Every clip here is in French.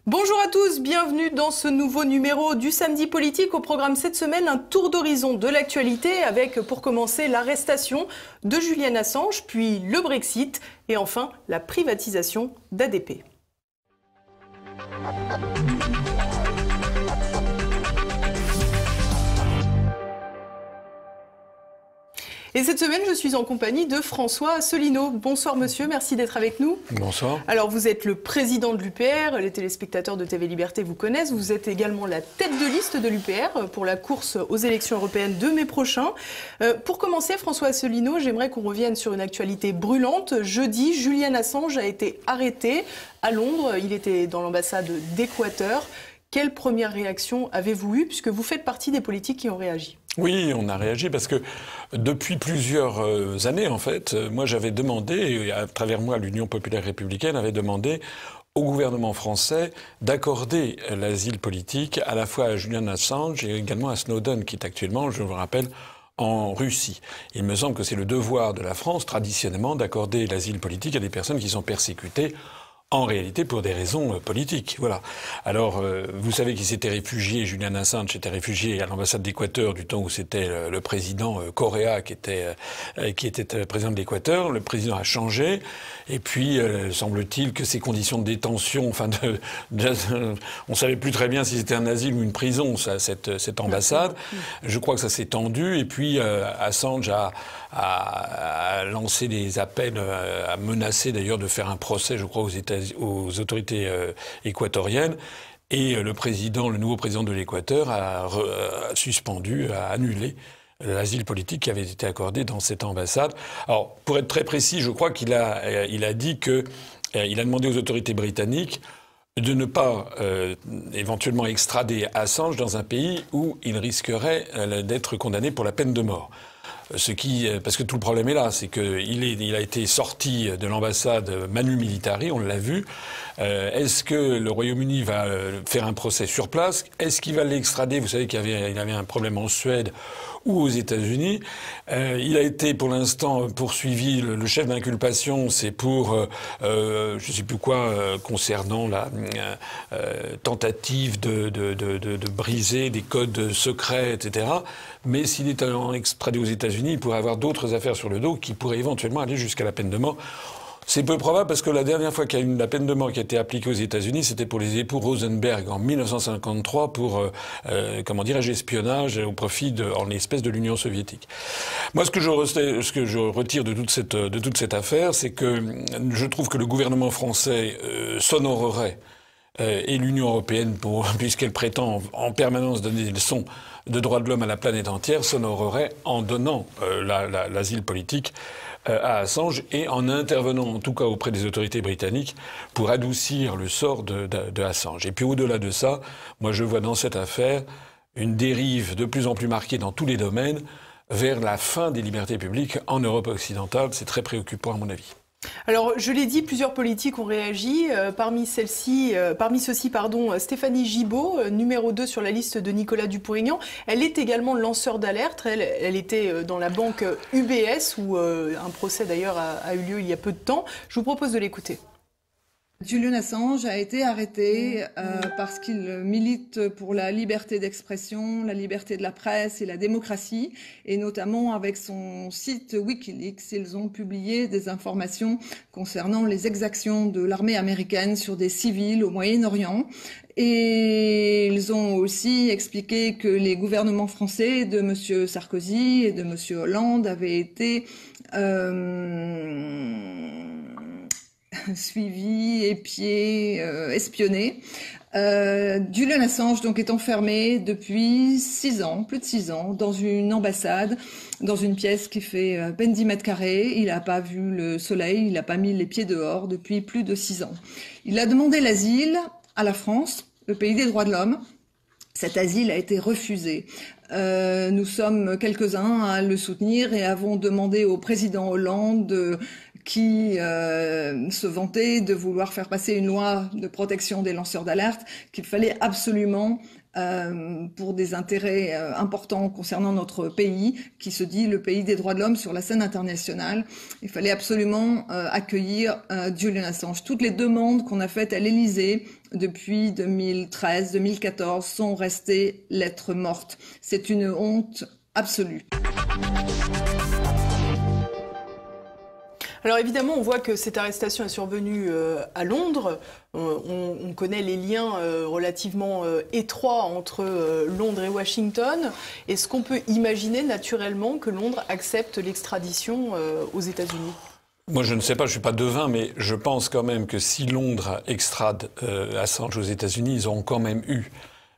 Bonjour à tous, bienvenue dans ce nouveau numéro du Samedi Politique. Au programme cette semaine, un tour d'horizon de l'actualité avec, pour commencer, l'arrestation de Julian Assange, puis le Brexit et enfin la privatisation d'ADP. Et cette semaine, je suis en compagnie de François Asselineau. Bonsoir monsieur, merci d'être avec nous. Bonsoir. Alors vous êtes le président de l'UPR, les téléspectateurs de TV Liberté vous connaissent. Vous êtes également la tête de liste de l'UPR pour la course aux élections européennes de mai prochain. Pour commencer, François Asselineau, j'aimerais qu'on revienne sur une actualité brûlante. Jeudi, Julian Assange a été arrêté à Londres. Il était dans l'ambassade d'Équateur. Quelle première réaction avez-vous eue, puisque vous faites partie des politiques qui ont réagi ? Oui, on a réagi parce que depuis plusieurs années, en fait, moi j'avais demandé, et à travers moi l'Union populaire républicaine avait demandé au gouvernement français d'accorder l'asile politique à la fois à Julian Assange et également à Snowden, qui est actuellement, je vous rappelle, en Russie. Il me semble que c'est le devoir de la France, traditionnellement, d'accorder l'asile politique à des personnes qui sont persécutées en réalité pour des raisons politiques. Voilà. Alors, vous savez qu'il s'était réfugié, Julian Assange s'était réfugié à l'ambassade d'Équateur du temps où c'était le président Correa qui était président de l'Équateur. Le président a changé. Et puis, semble-t-il que ces conditions de détention, on savait plus très bien si c'était un asile ou une prison, cette ambassade. Je crois que ça s'est tendu. Et puis, Assange a lancé des appels, a menacé d'ailleurs de faire un procès, je crois, aux autorités équatoriennes. Et le nouveau président de l'Équateur a suspendu, a annulé l'asile politique qui avait été accordé dans cette ambassade. Alors, pour être très précis, je crois qu'il a dit que il a demandé aux autorités britanniques de ne pas éventuellement extrader Assange dans un pays où il risquerait d'être condamné pour la peine de mort. Parce que tout le problème est là, c'est qu'il a été sorti de l'ambassade manu militari, on l'a vu. Est-ce que le Royaume-Uni va faire un procès sur place? Est-ce qu'il va l'extrader? Vous savez qu'il avait un problème en Suède ou aux États-Unis. Il a été pour l'instant poursuivi. Le chef d'inculpation, c'est pour je sais plus quoi concernant la tentative de briser des codes secrets, etc. Mais s'il est extradé aux États-Unis, il pourrait avoir d'autres affaires sur le dos qui pourraient éventuellement aller jusqu'à la peine de mort. C'est peu probable parce que la dernière fois qu'il y a eu la peine de mort qui a été appliquée aux États-Unis, c'était pour les époux Rosenberg en 1953 pour, espionnage au profit en espèce de l'Union soviétique. Moi, ce que je retire de toute cette affaire, c'est que je trouve que le gouvernement français s'honorerait et l'Union européenne, puisqu'elle prétend en permanence donner des leçons de droits de l'homme à la planète entière, s'honorerait en donnant l'asile politique à Assange et en intervenant en tout cas auprès des autorités britanniques pour adoucir le sort de Assange. Et puis au-delà de ça, moi je vois dans cette affaire une dérive de plus en plus marquée dans tous les domaines vers la fin des libertés publiques en Europe occidentale. C'est très préoccupant à mon avis. Alors, je l'ai dit, plusieurs politiques ont réagi. Parmi ceux-ci, Stéphanie Gibault, numéro 2 sur la liste de Nicolas Dupont-Aignan. Elle est également lanceur d'alerte. Elle était dans la banque UBS, où un procès d'ailleurs a eu lieu il y a peu de temps. Je vous propose de l'écouter. Julian Assange a été arrêté parce qu'il milite pour la liberté d'expression, la liberté de la presse et la démocratie. Et notamment avec son site Wikileaks, ils ont publié des informations concernant les exactions de l'armée américaine sur des civils au Moyen-Orient. Et ils ont aussi expliqué que les gouvernements français de M. Sarkozy et de M. Hollande avaient été suivi, épié, espionné. Julian Assange donc est enfermé depuis 6 ans, plus de 6 ans, dans une ambassade, dans une pièce qui fait à peine 10 mètres carrés. Il n'a pas vu le soleil, il n'a pas mis les pieds dehors depuis plus de 6 ans. Il a demandé l'asile à la France, le pays des droits de l'homme. Cet asile a été refusé. Nous sommes quelques-uns à le soutenir et avons demandé au président Hollande qui se vantait de vouloir faire passer une loi de protection des lanceurs d'alerte, qu'il fallait absolument pour des intérêts importants concernant notre pays, qui se dit le pays des droits de l'homme sur la scène internationale. Il fallait absolument accueillir Julian Assange. Toutes les demandes qu'on a faites à l'Élysée depuis 2013-2014 sont restées lettres mortes. C'est une honte absolue. Alors évidemment, on voit que cette arrestation est survenue à Londres. On connaît les liens relativement étroits entre Londres et Washington. Est-ce qu'on peut imaginer naturellement que Londres accepte l'extradition aux États-Unis ? Moi, je ne sais pas, je ne suis pas devin, mais je pense quand même que si Londres extrade Assange aux États-Unis, ils auront quand même eu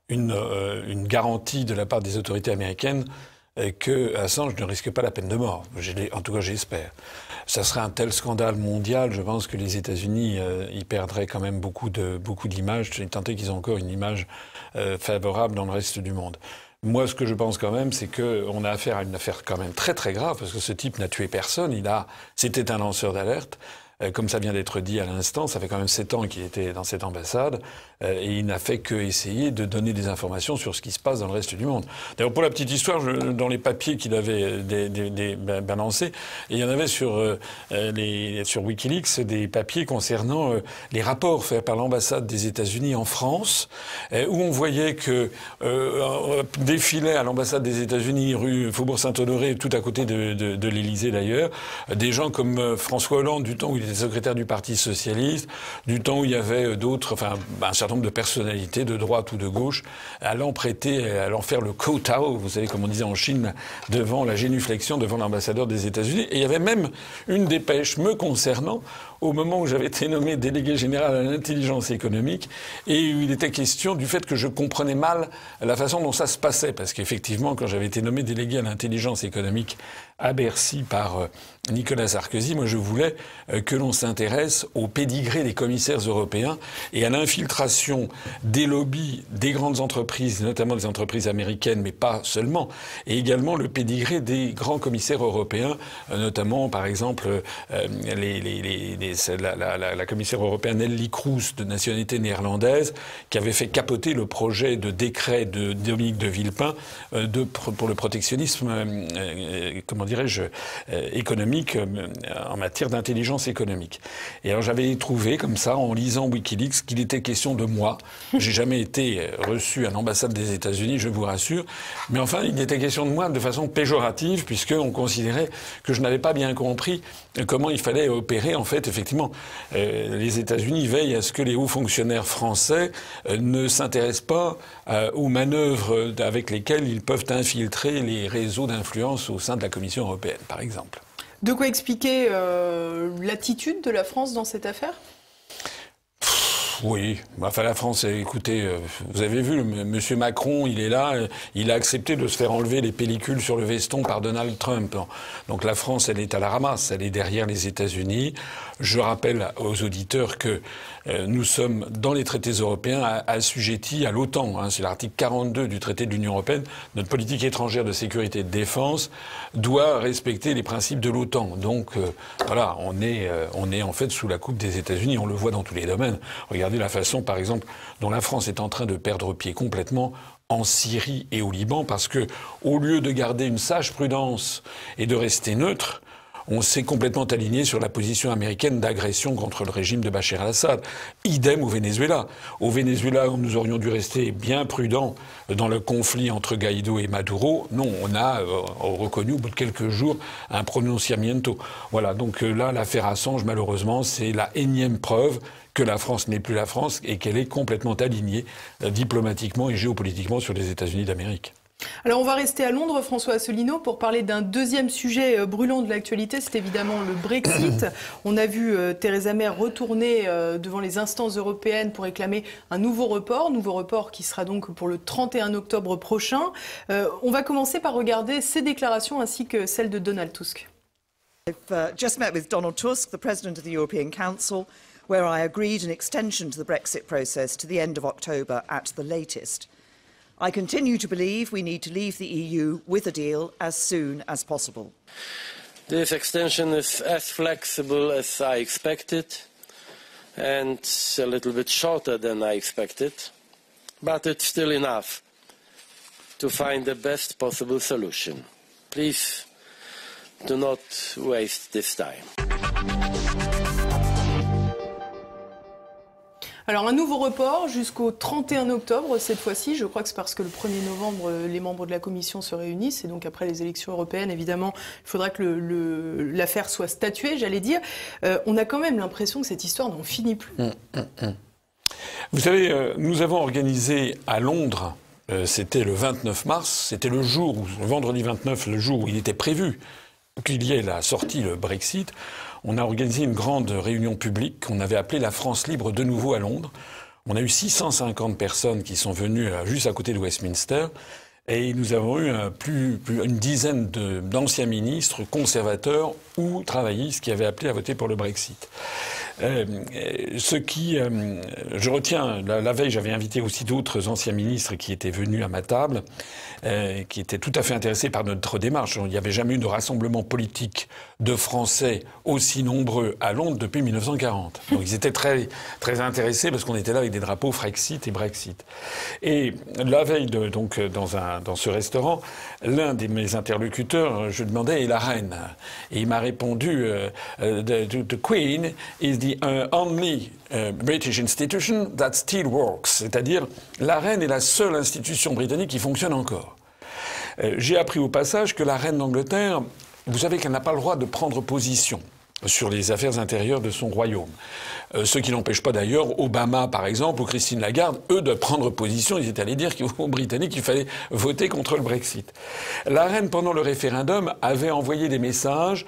une garantie de la part des autorités américaines que Assange ne risque pas la peine de mort. En tout cas, j'espère. Ça serait un tel scandale mondial, je pense que les États-Unis y perdraient quand même beaucoup d'images, tant est qu'ils ont encore une image favorable dans le reste du monde. Moi, ce que je pense quand même, c'est qu'on a affaire à une affaire quand même très très grave, parce que ce type n'a tué personne. C'était un lanceur d'alerte. Comme ça vient d'être dit à l'instant, ça fait quand même 7 ans qu'il était dans cette ambassade et il n'a fait que essayer de donner des informations sur ce qui se passe dans le reste du monde. D'ailleurs, pour la petite histoire, dans les papiers qu'il avait balancés, il y en avait sur Wikileaks des papiers concernant les rapports faits par l'ambassade des États-Unis en France, où on voyait que défilaient à l'ambassade des États-Unis, rue Faubourg Saint-Honoré, tout à côté de l'Élysée d'ailleurs, des gens comme François Hollande, du temps où il était secrétaire du Parti socialiste, du temps où il y avait d'autres, un certain nombre de personnalités de droite ou de gauche allant faire le kowtow, vous savez comme on disait en Chine, devant la génuflexion devant l'ambassadeur des États-Unis. Et il y avait même une dépêche me concernant au moment où j'avais été nommé délégué général à l'intelligence économique et où il était question du fait que je comprenais mal la façon dont ça se passait. Parce qu'effectivement, quand j'avais été nommé délégué à l'intelligence économique à Bercy par Nicolas Sarkozy, moi je voulais que l'on s'intéresse au pédigré des commissaires européens et à l'infiltration des lobbies des grandes entreprises, notamment des entreprises américaines, mais pas seulement, et également le pédigré des grands commissaires européens, notamment par exemple la commissaire européenne Nelly Kroes, de nationalité néerlandaise, qui avait fait capoter le projet de décret de Dominique de Villepin pour le protectionnisme, économique en matière d'intelligence économique. Et alors j'avais trouvé comme ça, en lisant Wikileaks, qu'il était question de moi. J'ai jamais été reçu à l'ambassade des États-Unis, je vous rassure. Mais enfin, il était question de moi de façon péjorative, puisqu'on considérait que je n'avais pas bien compris comment il fallait opérer. En fait, effectivement, les États-Unis veillent à ce que les hauts fonctionnaires français ne s'intéressent pas aux manœuvres avec lesquelles ils peuvent infiltrer les réseaux d'influence au sein de la Commission européenne, par exemple. De quoi expliquer l'attitude de la France dans cette affaire ? Oui, enfin la France, écoutez, vous avez vu, monsieur Macron, il est là, il a accepté de se faire enlever les pellicules sur le veston par Donald Trump. Donc la France, elle est à la ramasse, elle est derrière les États-Unis. Je rappelle aux auditeurs que nous sommes dans les traités européens assujettis à l'OTAN. C'est l'article 42 du traité de l'Union européenne. Notre politique étrangère de sécurité et de défense doit respecter les principes de l'OTAN. Donc voilà, on est en fait sous la coupe des États-Unis. On le voit dans tous les domaines. Regardez la façon, par exemple, dont la France est en train de perdre pied complètement en Syrie et au Liban, parce que au lieu de garder une sage prudence et de rester neutre, on s'est complètement aligné sur la position américaine d'agression contre le régime de Bachar al-Assad. Idem au Venezuela. Au Venezuela, nous aurions dû rester bien prudents dans le conflit entre Guaido et Maduro. Non, on a reconnu au bout de quelques jours un pronunciamiento. Voilà, donc là, l'affaire Assange, malheureusement, c'est la énième preuve que la France n'est plus la France et qu'elle est complètement alignée diplomatiquement et géopolitiquement sur les États-Unis d'Amérique. Alors on va rester à Londres, François Asselineau, pour parler d'un deuxième sujet brûlant de l'actualité, c'est évidemment le Brexit. On a vu Theresa May retourner devant les instances européennes pour réclamer un nouveau report qui sera donc pour le 31 octobre prochain. On va commencer par regarder ses déclarations ainsi que celles de Donald Tusk. I've just met with Donald Tusk, the President of the European Council, where I agreed an extension to the Brexit process to the end of October at the latest. I continue to believe we need to leave the EU with a deal as soon as possible. This extension is as flexible as I expected and a little bit shorter than I expected, but it's still enough to find the best possible solution. Please do not waste this time. Alors un nouveau report jusqu'au 31 octobre cette fois-ci. Je crois que c'est parce que le 1er novembre, les membres de la Commission se réunissent. Et donc après les élections européennes, évidemment, il faudra que l'affaire soit statuée, j'allais dire. On a quand même l'impression que cette histoire n'en finit plus. Vous savez, nous avons organisé à Londres, c'était le 29 mars, c'était le vendredi 29, le jour où il était prévu qu'il y ait la sortie, le Brexit. On a organisé une grande réunion publique qu'on avait appelée la France libre de nouveau à Londres. On a eu 650 personnes qui sont venues juste à côté de Westminster. Et nous avons eu une dizaine d'anciens ministres conservateurs ou travaillistes qui avaient appelé à voter pour le Brexit. Je retiens, la veille, j'avais invité aussi d'autres anciens ministres qui étaient venus à ma table, qui étaient tout à fait intéressés par notre démarche. Il n'y avait jamais eu de rassemblement politique de Français aussi nombreux à Londres depuis 1940. Donc ils étaient très, très intéressés parce qu'on était là avec des drapeaux Frexit et Brexit. Et la veille, dans ce restaurant, l'un de mes interlocuteurs, je demandais, et la reine? Et il m'a répondu, the Queen is the only British institution that still works. C'est-à-dire, la reine est la seule institution britannique qui fonctionne encore. J'ai appris au passage que la reine d'Angleterre, vous savez qu'elle n'a pas le droit de prendre position sur les affaires intérieures de son royaume. Ce qui n'empêche pas d'ailleurs Obama, par exemple, ou Christine Lagarde, eux, de prendre position. Ils étaient allés dire aux Britanniques qu'il fallait voter contre le Brexit. La reine, pendant le référendum, avait envoyé des messages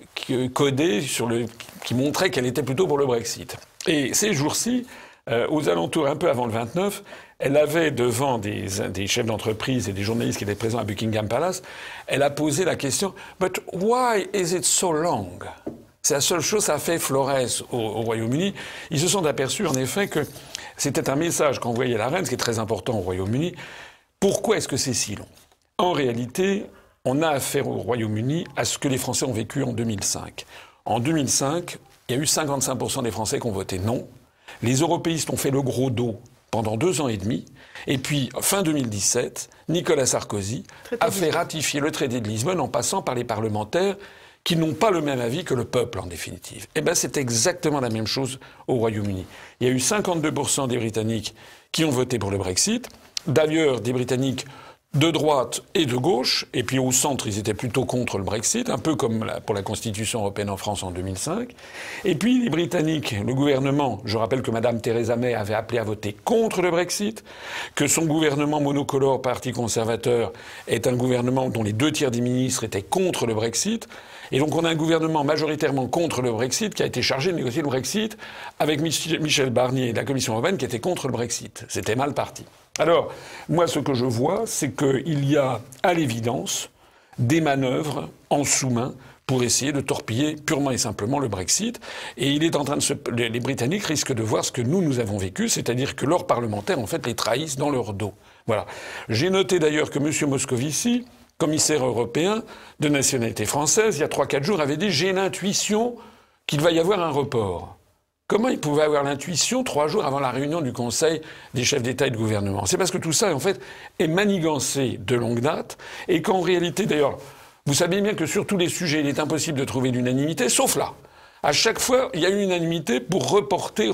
codés qui montraient qu'elle était plutôt pour le Brexit. Et ces jours-ci, aux alentours, un peu avant le 29, elle avait devant des chefs d'entreprise et des journalistes qui étaient présents à Buckingham Palace, elle a posé la question « But why is it so long ?» C'est la seule chose, ça a fait Flores au Royaume-Uni. Ils se sont aperçus, en effet, que c'était un message qu'envoyait la reine, ce qui est très important au Royaume-Uni. Pourquoi est-ce que c'est si long? En réalité, on a affaire au Royaume-Uni à ce que les Français ont vécu en 2005. En 2005, il y a eu 55% des Français qui ont voté non. Les européistes ont fait le gros dos pendant 2 ans et demi. Et puis, fin 2017, Nicolas Sarkozy a fait ratifier le traité de Lisbonne en passant par les parlementaires qui n'ont pas le même avis que le peuple, en définitive. Eh bien, c'est exactement la même chose au Royaume-Uni. Il y a eu 52% des Britanniques qui ont voté pour le Brexit. D'ailleurs, des Britanniques de droite et de gauche, et puis au centre, ils étaient plutôt contre le Brexit, un peu comme pour la Constitution européenne en France en 2005. Et puis les Britanniques, le gouvernement, je rappelle que Mme Theresa May avait appelé à voter contre le Brexit, que son gouvernement monocolore, Parti conservateur, est un gouvernement dont les 2 tiers des ministres étaient contre le Brexit. Et donc on a un gouvernement majoritairement contre le Brexit qui a été chargé de négocier le Brexit avec Michel Barnier et la Commission européenne qui était contre le Brexit. C'était mal parti. Alors, moi, ce que je vois, c'est qu'il y a, à l'évidence, des manœuvres en sous-main pour essayer de torpiller purement et simplement le Brexit. Et il est en train de les Britanniques risquent de voir ce que nous avons vécu, c'est-à-dire que leurs parlementaires, en fait, les trahissent dans leur dos. Voilà. J'ai noté d'ailleurs que M. Moscovici, commissaire européen de nationalité française, il y a 3-4 jours, avait dit « J'ai l'intuition qu'il va y avoir un report ». Comment il pouvait avoir l'intuition 3 jours avant la réunion du Conseil des chefs d'État et de gouvernement? C'est parce que tout ça, en fait, est manigancé de longue date et qu'en réalité, d'ailleurs, vous savez bien que sur tous les sujets, il est impossible de trouver l'unanimité, sauf là. À chaque fois, il y a une unanimité pour reporter.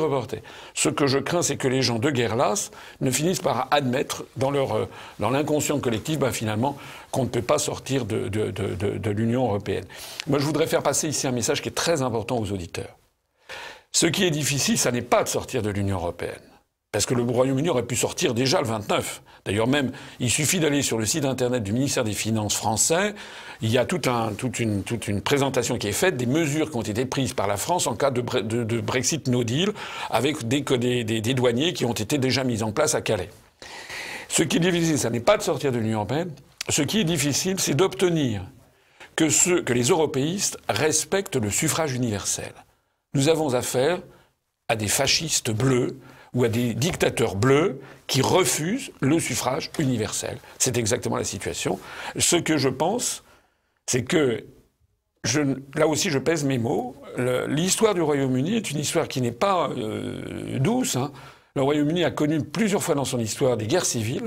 Ce que je crains, c'est que les gens de guerre lasse ne finissent par admettre dans l'inconscient collectif, finalement, qu'on ne peut pas sortir de l'Union européenne. Moi, je voudrais faire passer ici un message qui est très important aux auditeurs. Ce qui est difficile, ça n'est pas de sortir de l'Union européenne. Parce que le Royaume-Uni aurait pu sortir déjà le 29. D'ailleurs même, il suffit d'aller sur le site internet du ministère des Finances français. Il y a toute une présentation qui est faite des mesures qui ont été prises par la France en cas de Brexit no deal, avec des douaniers qui ont été déjà mis en place à Calais. Ce qui est difficile, ça n'est pas de sortir de l'Union européenne. Ce qui est difficile, c'est d'obtenir que les européistes respectent le suffrage universel. Nous avons affaire à des fascistes bleus ou à des dictateurs bleus qui refusent le suffrage universel. C'est exactement la situation. Ce que je pense, c'est que, là aussi je pèse mes mots, l'histoire du Royaume-Uni est une histoire qui n'est pas douce. Le Royaume-Uni a connu plusieurs fois dans son histoire des guerres civiles.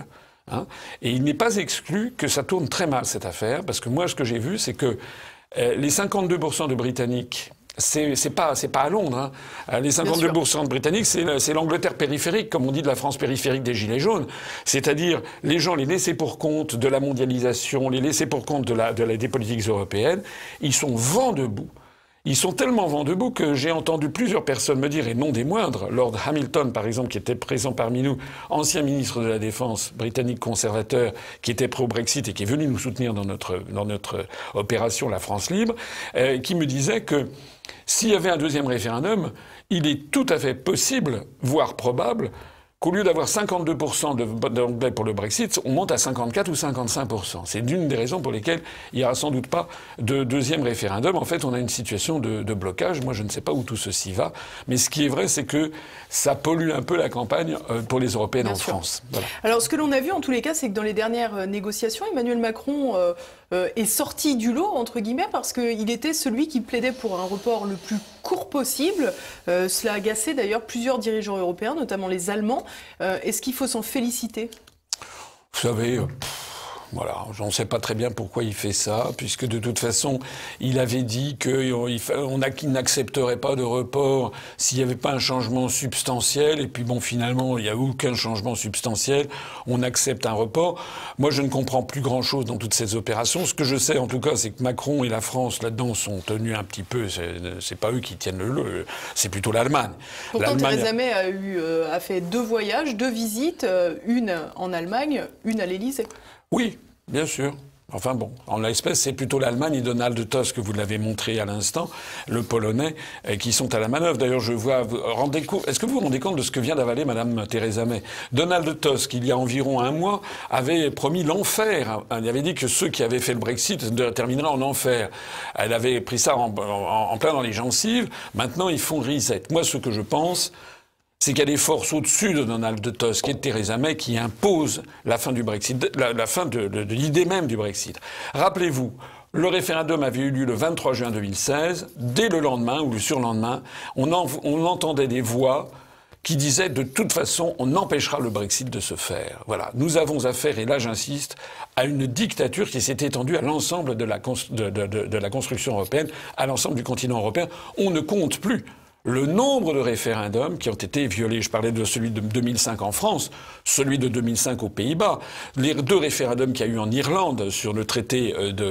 Hein. Et il n'est pas exclu que ça tourne très mal, cette affaire, parce que moi, ce que j'ai vu, c'est que les 52% de Britanniques, c'est pas à Londres. Hein. Les 52% de Britanniques, c'est l'Angleterre périphérique, comme on dit de la France périphérique des Gilets jaunes. C'est-à-dire les gens, les laissés pour compte de la mondialisation, les laissés pour compte des politiques européennes, ils sont vent debout. Ils sont tellement vent debout que j'ai entendu plusieurs personnes me dire, et non des moindres, Lord Hamilton par exemple, qui était présent parmi nous, ancien ministre de la Défense britannique conservateur, qui était pro-Brexit et qui est venu nous soutenir dans notre opération La France libre, qui me disait que s'il y avait un deuxième référendum, il est tout à fait possible, voire probable, qu'au lieu d'avoir 52% d'anglais pour le Brexit, on monte à 54 ou 55%. C'est l'une des raisons pour lesquelles il n'y aura sans doute pas de deuxième référendum. En fait, on a une situation de blocage. Moi, je ne sais pas où tout ceci va. Mais ce qui est vrai, c'est que ça pollue un peu la campagne pour les Européennes en France. Voilà. Alors, ce que l'on a vu, en tous les cas, c'est que dans les dernières négociations, Emmanuel Macron est sorti du lot, entre guillemets, parce qu'il était celui qui plaidait pour un report le plus court possible. Cela a agacé d'ailleurs plusieurs dirigeants européens, notamment les Allemands. Est-ce qu'il faut s'en féliciter ? Vous savez, voilà, on ne sait pas très bien pourquoi il fait ça, puisque de toute façon, il avait dit qu'il n'accepterait pas de report s'il n'y avait pas un changement substantiel. Et puis bon, finalement, il n'y a aucun changement substantiel. On accepte un report. Moi, je ne comprends plus grand-chose dans toutes ces opérations. Ce que je sais, en tout cas, c'est que Macron et la France, là-dedans, sont tenus un petit peu. C'est pas eux qui tiennent c'est plutôt l'Allemagne. Pourtant, Theresa May a fait 2 voyages, 2 visites, une en Allemagne, une à l'Élysée. Oui, bien sûr. Enfin bon, en l'espèce, c'est plutôt l'Allemagne et Donald Tusk, que vous l'avez montré à l'instant, le Polonais, qui sont à la manœuvre. D'ailleurs, est-ce que vous vous rendez compte de ce que vient d'avaler Madame Theresa May ? Donald Tusk, il y a environ un mois, avait promis l'enfer. Il avait dit que ceux qui avaient fait le Brexit termineraient en enfer. Elle avait pris ça en plein dans les gencives. Maintenant, ils font reset. Moi, ce que je pense, c'est qu'il y a des forces au-dessus de Donald Tusk et de Theresa May qui imposent la fin du Brexit, la fin de l'idée même du Brexit. Rappelez-vous, le référendum avait eu lieu le 23 juin 2016. Dès le lendemain ou le surlendemain, on entendait des voix qui disaient de toute façon, on empêchera le Brexit de se faire. Voilà. Nous avons affaire, et là j'insiste, à une dictature qui s'est étendue à l'ensemble de la construction européenne, à l'ensemble du continent européen. On ne compte plus le nombre de référendums qui ont été violés. Je parlais de celui de 2005 en France, celui de 2005 aux Pays-Bas, les 2 référendums qu'il y a eu en Irlande sur le traité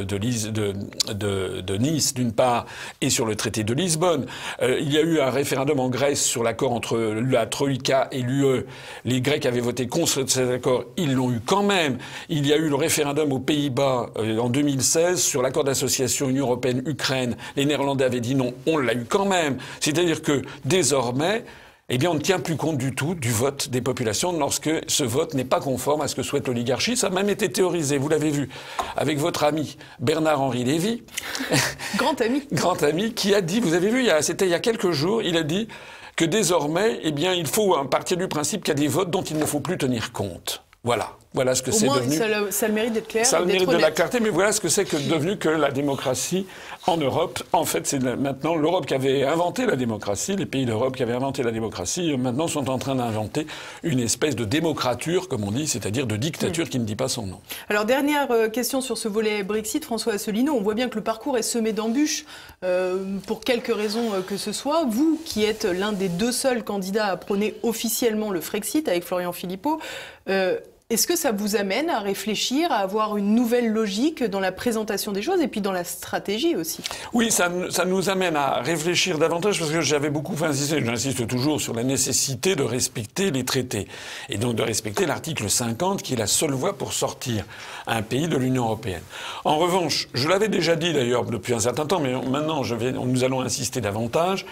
de Nice d'une part et sur le traité de Lisbonne. Il y a eu un référendum en Grèce sur l'accord entre la Troïka et l'UE. Les Grecs avaient voté contre cet accord, ils l'ont eu quand même. Il y a eu le référendum aux Pays-Bas en 2016 sur l'accord d'association Union européenne-Ukraine. Les Néerlandais avaient dit non, on l'a eu quand même. C'est-à-dire que désormais, on ne tient plus compte du tout du vote des populations lorsque ce vote n'est pas conforme à ce que souhaite l'oligarchie. Ça a même été théorisé, vous l'avez vu, avec votre ami Bernard-Henri Lévy. Grand ami. Grand ami, qui a dit, vous avez vu, c'était il y a quelques jours, il a dit que désormais, il faut partir du principe qu'il y a des votes dont il ne faut plus tenir compte. Voilà ce que c'est devenu. Ça a le mérite d'être clair. Ça a le mérite de la clarté, mais voilà ce que c'est devenu que la démocratie en Europe. En fait, c'est maintenant l'Europe qui avait inventé la démocratie, les pays d'Europe qui avaient inventé la démocratie, maintenant sont en train d'inventer une espèce de démocrature, comme on dit, c'est-à-dire de dictature qui ne dit pas son nom. Alors, dernière question sur ce volet Brexit, François Asselineau. On voit bien que le parcours est semé d'embûches pour quelque raison que ce soit. Vous, qui êtes l'un des 2 seuls candidats à prôner officiellement le Frexit avec Florian Philippot, est-ce que ça vous amène à réfléchir, à avoir une nouvelle logique dans la présentation des choses et puis dans la stratégie aussi ? Oui, ça nous amène à réfléchir davantage parce que j'avais beaucoup insisté, j'insiste toujours sur la nécessité de respecter les traités et donc de respecter l'article 50 qui est la seule voie pour sortir un pays de l'Union européenne. En revanche, je l'avais déjà dit d'ailleurs depuis un certain temps, mais maintenant nous allons insister davantage.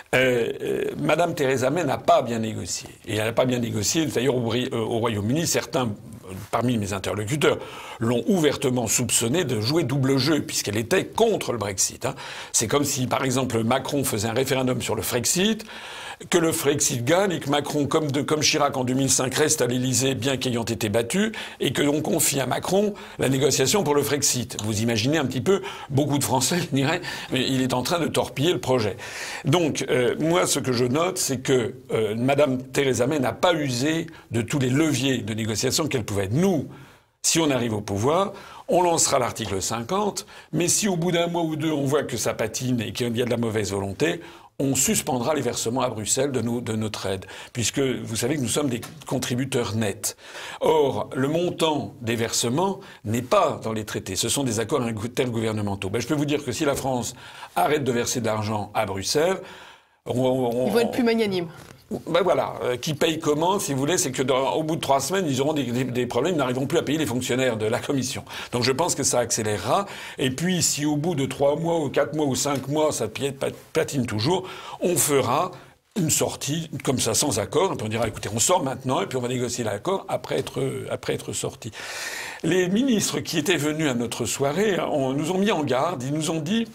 Madame Theresa May n'a pas bien négocié. Et elle n'a pas bien négocié. D'ailleurs, au Royaume-Uni, certains, parmi mes interlocuteurs, l'ont ouvertement soupçonné de jouer double jeu, puisqu'elle était contre le Brexit. C'est comme si, par exemple, Macron faisait un référendum sur le Frexit, que le Frexit gagne et que Macron, comme Chirac en 2005, reste à l'Élysée, bien qu'ayant été battu, et que l'on confie à Macron la négociation pour le Frexit. Vous imaginez un petit peu, beaucoup de Français diraient, il est en train de torpiller le projet. Donc, moi, ce que je note, c'est que Madame Theresa May n'a pas usé de tous les leviers de négociation qu'elle pouvait pouvait être nous. Si on arrive au pouvoir, on lancera l'article 50, mais si au bout d'un mois ou deux, on voit que ça patine et qu'il y a de la mauvaise volonté, on suspendra les versements à Bruxelles de notre aide, puisque vous savez que nous sommes des contributeurs nets. Or, le montant des versements n'est pas dans les traités. Ce sont des accords intergouvernementaux. Je peux vous dire que si la France arrête de verser de l'argent à Bruxelles, ils vont être plus magnanimes. Voilà, qui paye comment, si vous voulez, c'est que au bout de 3 semaines, ils auront des problèmes, ils n'arriveront plus à payer les fonctionnaires de la Commission. Donc je pense que ça accélérera. Et puis, si au bout de 3 mois ou 4 mois ou 5 mois, ça patine toujours, on fera une sortie comme ça, sans accord. Et puis on dira, écoutez, on sort maintenant, et puis on va négocier l'accord après être sorti. Les ministres qui étaient venus à notre soirée nous ont mis en garde. Ils nous ont dit,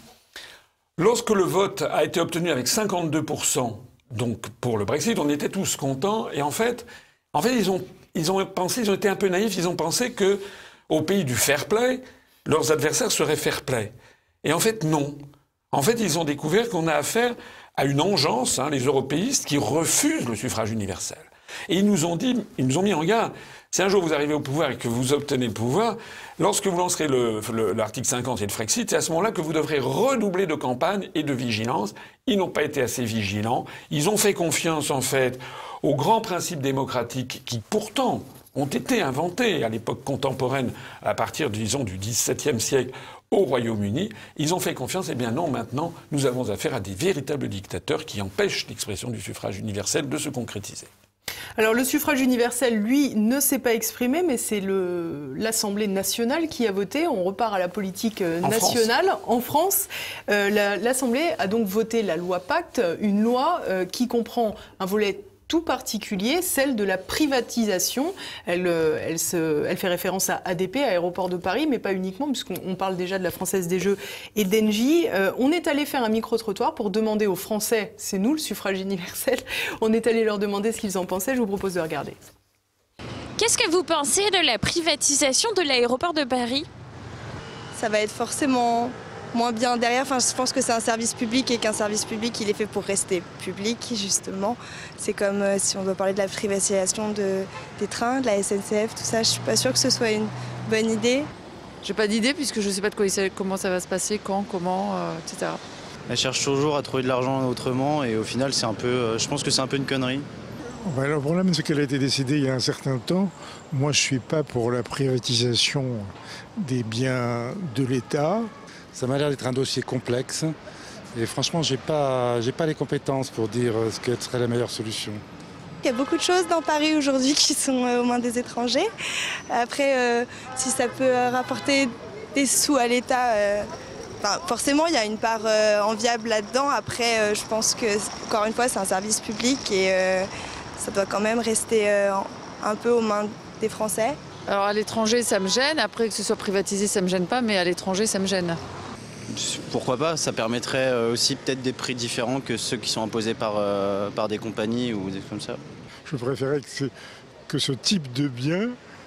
lorsque le vote a été obtenu avec 52%, donc pour le Brexit, on était tous contents. Et en fait, ils ont pensé, ils ont été un peu naïfs. Ils ont pensé que au pays du fair play, leurs adversaires seraient fair play. Et en fait, non. En fait, ils ont découvert qu'on a affaire à une engeance, les européistes, qui refusent le suffrage universel. Et ils nous ont mis en garde. Si un jour vous arrivez au pouvoir et que vous obtenez le pouvoir, lorsque vous lancerez l'article 50 et le Frexit, c'est à ce moment-là que vous devrez redoubler de campagne et de vigilance. Ils n'ont pas été assez vigilants. Ils ont fait confiance, en fait, aux grands principes démocratiques qui, pourtant, ont été inventés à l'époque contemporaine, à partir, disons, du XVIIe siècle, au Royaume-Uni. Ils ont fait confiance. Eh bien non, maintenant, nous avons affaire à des véritables dictateurs qui empêchent l'expression du suffrage universel de se concrétiser. Alors le suffrage universel, lui, ne s'est pas exprimé, mais c'est l'Assemblée nationale qui a voté. On repart à la politique nationale. En France, l'Assemblée a donc voté la loi Pacte, une loi qui comprend un volet tout particulier, celle de la privatisation. Elle fait référence à ADP, Aéroport de Paris, mais pas uniquement, puisqu'on parle déjà de la Française des Jeux et d'Engie. On est allé faire un micro-trottoir pour demander aux Français, c'est nous le suffrage universel, on est allé leur demander ce qu'ils en pensaient. Je vous propose de regarder. Qu'est-ce que vous pensez de la privatisation de l'Aéroport de Paris ? Ça va être forcément moins bien derrière. Enfin, je pense que c'est un service public et qu'un service public, il est fait pour rester public, justement. C'est comme si on doit parler de la privatisation des trains, de la SNCF, tout ça. Je suis pas sûre que ce soit une bonne idée. J'ai pas d'idée puisque je sais pas comment ça va se passer, quand, comment, etc. Elle cherche toujours à trouver de l'argent autrement et au final, c'est un peu, je pense que c'est un peu une connerie. Le problème, c'est qu'elle a été décidée il y a un certain temps. Moi, je suis pas pour la privatisation des biens de l'État. Ça m'a l'air d'être un dossier complexe et franchement, j'ai pas les compétences pour dire ce que serait la meilleure solution. Il y a beaucoup de choses dans Paris aujourd'hui qui sont aux mains des étrangers. Après, si ça peut rapporter des sous à l'État, forcément, il y a une part enviable là-dedans. Après, je pense que, encore une fois, c'est un service public et ça doit quand même rester un peu aux mains des Français. Alors à l'étranger, ça me gêne. Après, que ce soit privatisé, ça me gêne pas, mais à l'étranger, ça me gêne. Pourquoi pas? Ça permettrait aussi peut-être des prix différents que ceux qui sont imposés par des compagnies ou des trucs comme ça. Je préférais que ce type de bien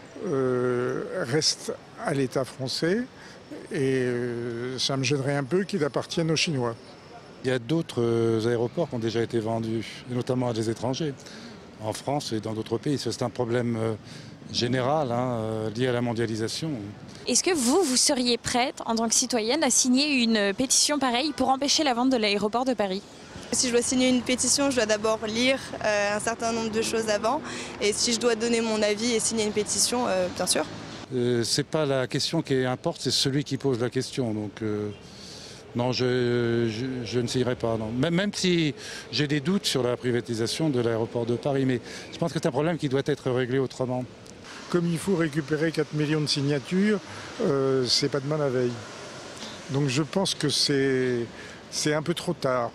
reste à l'État français et ça me gênerait un peu qu'il appartienne aux Chinois. Il y a d'autres aéroports qui ont déjà été vendus, notamment à des étrangers, en France et dans d'autres pays. C'est un problème général lié à la mondialisation. Est-ce que vous seriez prête, en tant que citoyenne, à signer une pétition pareille pour empêcher la vente de l'aéroport de Paris ? Si je dois signer une pétition, je dois d'abord lire un certain nombre de choses avant. Et si je dois donner mon avis et signer une pétition, bien sûr. C'est pas la question qui importe, c'est celui qui pose la question. Donc non, je ne signerai pas. Non. Même si j'ai des doutes sur la privatisation de l'aéroport de Paris, mais je pense que c'est un problème qui doit être réglé autrement. Comme il faut récupérer 4 millions de signatures, c'est pas demain la veille. Donc je pense que c'est un peu trop tard.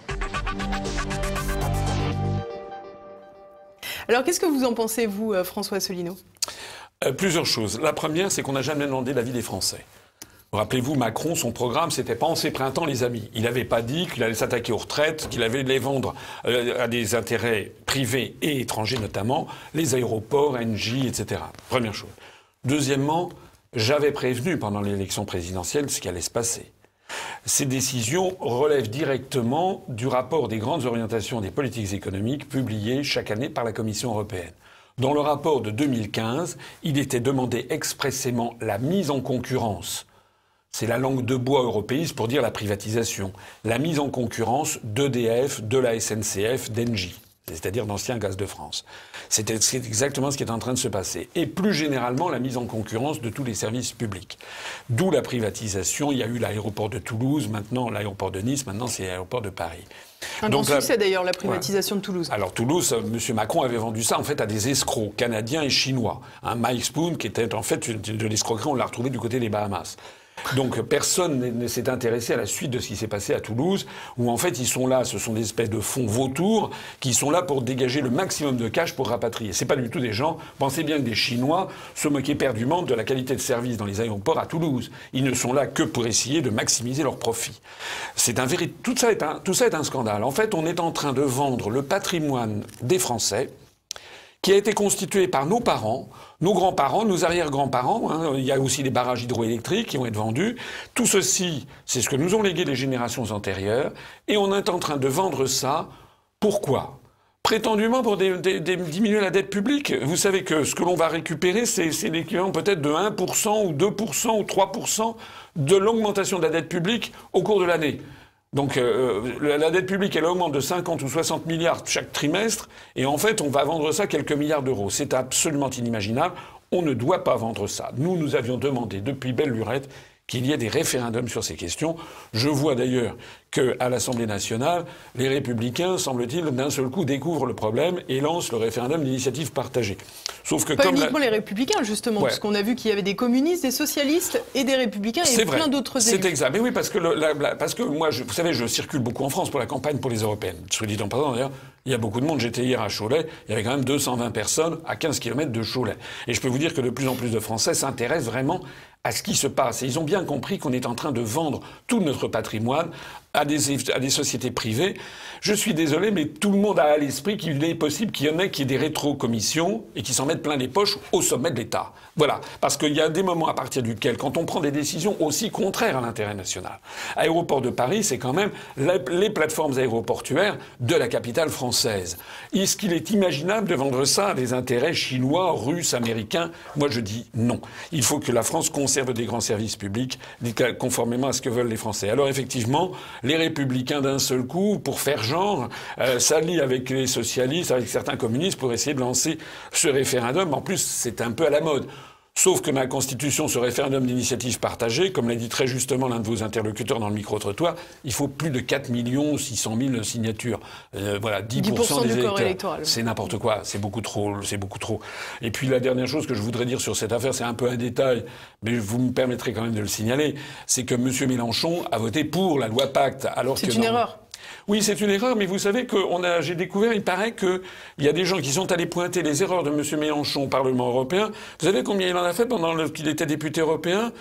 Alors qu'est-ce que vous en pensez, vous, François Asselineau ? Plusieurs choses. La première, c'est qu'on n'a jamais demandé l'avis des Français. Rappelez-vous, Macron, son programme, c'était penser printemps, les amis. Il n'avait pas dit qu'il allait s'attaquer aux retraites, qu'il allait les vendre à des intérêts privés et étrangers notamment, les aéroports, Engie, etc. Première chose. Deuxièmement, j'avais prévenu pendant l'élection présidentielle ce qui allait se passer. Ces décisions relèvent directement du rapport des grandes orientations des politiques économiques publiées chaque année par la Commission européenne. Dans le rapport de 2015, il était demandé expressément la mise en concurrence. C'est la langue de bois européiste pour dire la privatisation. La mise en concurrence d'EDF, de la SNCF, d'Engie, c'est-à-dire d'Ancien Gaz de France. C'est exactement ce qui est en train de se passer. Et plus généralement, la mise en concurrence de tous les services publics. D'où la privatisation. Il y a eu l'aéroport de Toulouse, maintenant l'aéroport de Nice, maintenant c'est l'aéroport de Paris. Un grand succès d'ailleurs, la privatisation de Toulouse. Alors Toulouse, M. Macron avait vendu ça en fait à des escrocs canadiens et chinois. Mike Spoon, qui était en fait de l'escroquerie, on l'a retrouvé du côté des Bahamas. Donc personne ne s'est intéressé à la suite de ce qui s'est passé à Toulouse, où en fait ils sont là, ce sont des espèces de fonds vautours qui sont là pour dégager le maximum de cash pour rapatrier. C'est pas du tout des gens, pensez bien que des Chinois se moquaient éperdument de la qualité de service dans les aéroports à Toulouse. Ils ne sont là que pour essayer de maximiser leurs profits. Tout ça est un scandale. En fait, on est en train de vendre le patrimoine des Français, qui a été constitué par nos parents, nos grands-parents, nos arrière-grands-parents. Il y a aussi des barrages hydroélectriques qui vont être vendus. Tout ceci, c'est ce que nous ont légué les générations antérieures. Et on est en train de vendre ça. Pourquoi ? Prétendument pour diminuer la dette publique. Vous savez que ce que l'on va récupérer, c'est l'équivalent peut-être de 1% ou 2% ou 3% de l'augmentation de la dette publique au cours de l'année. Donc la dette publique, elle augmente de 50 ou 60 milliards chaque trimestre, et en fait, on va vendre ça quelques milliards d'euros. C'est absolument inimaginable. On ne doit pas vendre ça. Nous avions demandé depuis belle lurette qu'il y ait des référendums sur ces questions. Je vois d'ailleurs qu'à l'Assemblée nationale, les Républicains, semble-t-il, d'un seul coup découvrent le problème et lancent le référendum d'initiative partagée. Sauf que pas uniquement les Républicains, justement, parce qu'on a vu qu'il y avait des communistes, des socialistes et des Républicains et plein d'autres élus. C'est exact. Mais oui, parce que moi, vous savez, je circule beaucoup en France pour la campagne pour les européennes. Soit dit en passant, d'ailleurs, il y a beaucoup de monde. J'étais hier à Cholet, il y avait quand même 220 personnes à 15 km de Cholet. Et je peux vous dire que de plus en plus de Français s'intéressent vraiment à ce qui se passe. Et ils ont bien compris qu'on est en train de vendre tout notre patrimoine à des sociétés privées. Je suis désolé, mais tout le monde a à l'esprit qu'il est possible qu'il y en ait qui aient des rétro-commissions et qui s'en mettent plein les poches au sommet de l'État. Voilà. Parce qu'il y a des moments à partir duquel, quand on prend des décisions aussi contraires à l'intérêt national. Aéroport de Paris, c'est quand même les plateformes aéroportuaires de la capitale française. Est-ce qu'il est imaginable de vendre ça à des intérêts chinois, russes, américains? Moi, je dis non. Il faut que la France conserve des grands services publics conformément à ce que veulent les Français. Alors effectivement, les Républicains d'un seul coup, pour faire genre, s'allient avec les socialistes, avec certains communistes pour essayer de lancer ce référendum. En plus, c'est un peu à la mode. Sauf que ma Constitution, ce référendum d'initiative partagée, comme l'a dit très justement l'un de vos interlocuteurs dans le micro-trottoir, il faut plus de 4 600 000 signatures. Voilà, 10% des électeurs. C'est n'importe quoi, c'est beaucoup trop, c'est beaucoup trop. Et puis la dernière chose que je voudrais dire sur cette affaire, c'est un peu un détail, mais vous me permettrez quand même de le signaler, c'est que M. Mélenchon a voté pour la loi Pacte, alors que... C'est une erreur. Oui, c'est une erreur, mais vous savez que j'ai découvert, il paraît qu'il y a des gens qui sont allés pointer les erreurs de M. Mélenchon au Parlement européen. Vous savez combien il en a fait pendant qu'il était député européen?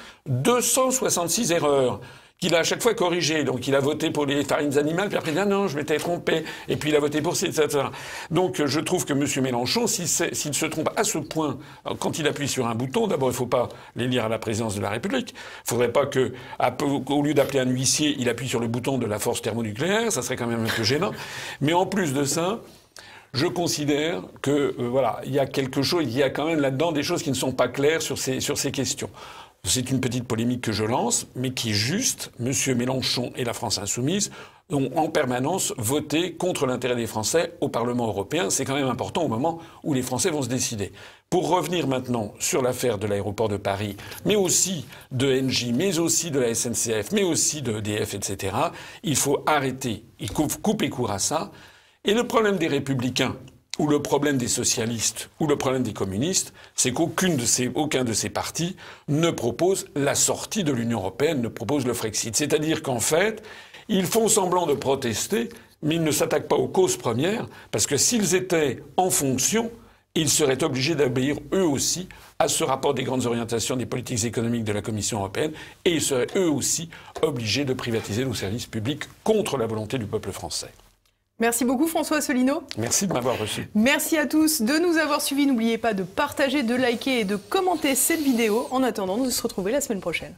266 erreurs qu'il a à chaque fois corrigé. Donc il a voté pour les farines animales, puis après il a dit non, je m'étais trompé, et puis il a voté pour ça, etc. Donc je trouve que M. Mélenchon, s'il se trompe à ce point, quand il appuie sur un bouton, d'abord il ne faut pas l'élire à la présidence de la République. Il ne faudrait pas qu'au lieu d'appeler un huissier, il appuie sur le bouton de la force thermonucléaire, ça serait quand même un peu gênant. Mais en plus de ça, je considère que voilà, il y a quelque chose, il y a quand même là-dedans des choses qui ne sont pas claires sur ces questions. C'est une petite polémique que je lance, mais qui est juste. M. Mélenchon et la France insoumise ont en permanence voté contre l'intérêt des Français au Parlement européen. C'est quand même important au moment où les Français vont se décider. Pour revenir maintenant sur l'affaire de l'aéroport de Paris, mais aussi de Engie, mais aussi de la SNCF, mais aussi de EDF, etc., il faut arrêter, il faut couper court à ça. Et le problème des Républicains, ou le problème des socialistes, ou le problème des communistes, c'est qu'aucun de ces partis ne propose la sortie de l'Union européenne, ne propose le Frexit. C'est-à-dire qu'en fait, ils font semblant de protester, mais ils ne s'attaquent pas aux causes premières, parce que s'ils étaient en fonction, ils seraient obligés d'obéir eux aussi à ce rapport des grandes orientations des politiques économiques de la Commission européenne, et ils seraient eux aussi obligés de privatiser nos services publics contre la volonté du peuple français. Merci beaucoup François Asselineau. Merci de m'avoir reçu. Merci à tous de nous avoir suivis. N'oubliez pas de partager, de liker et de commenter cette vidéo. En attendant, de se retrouver la semaine prochaine.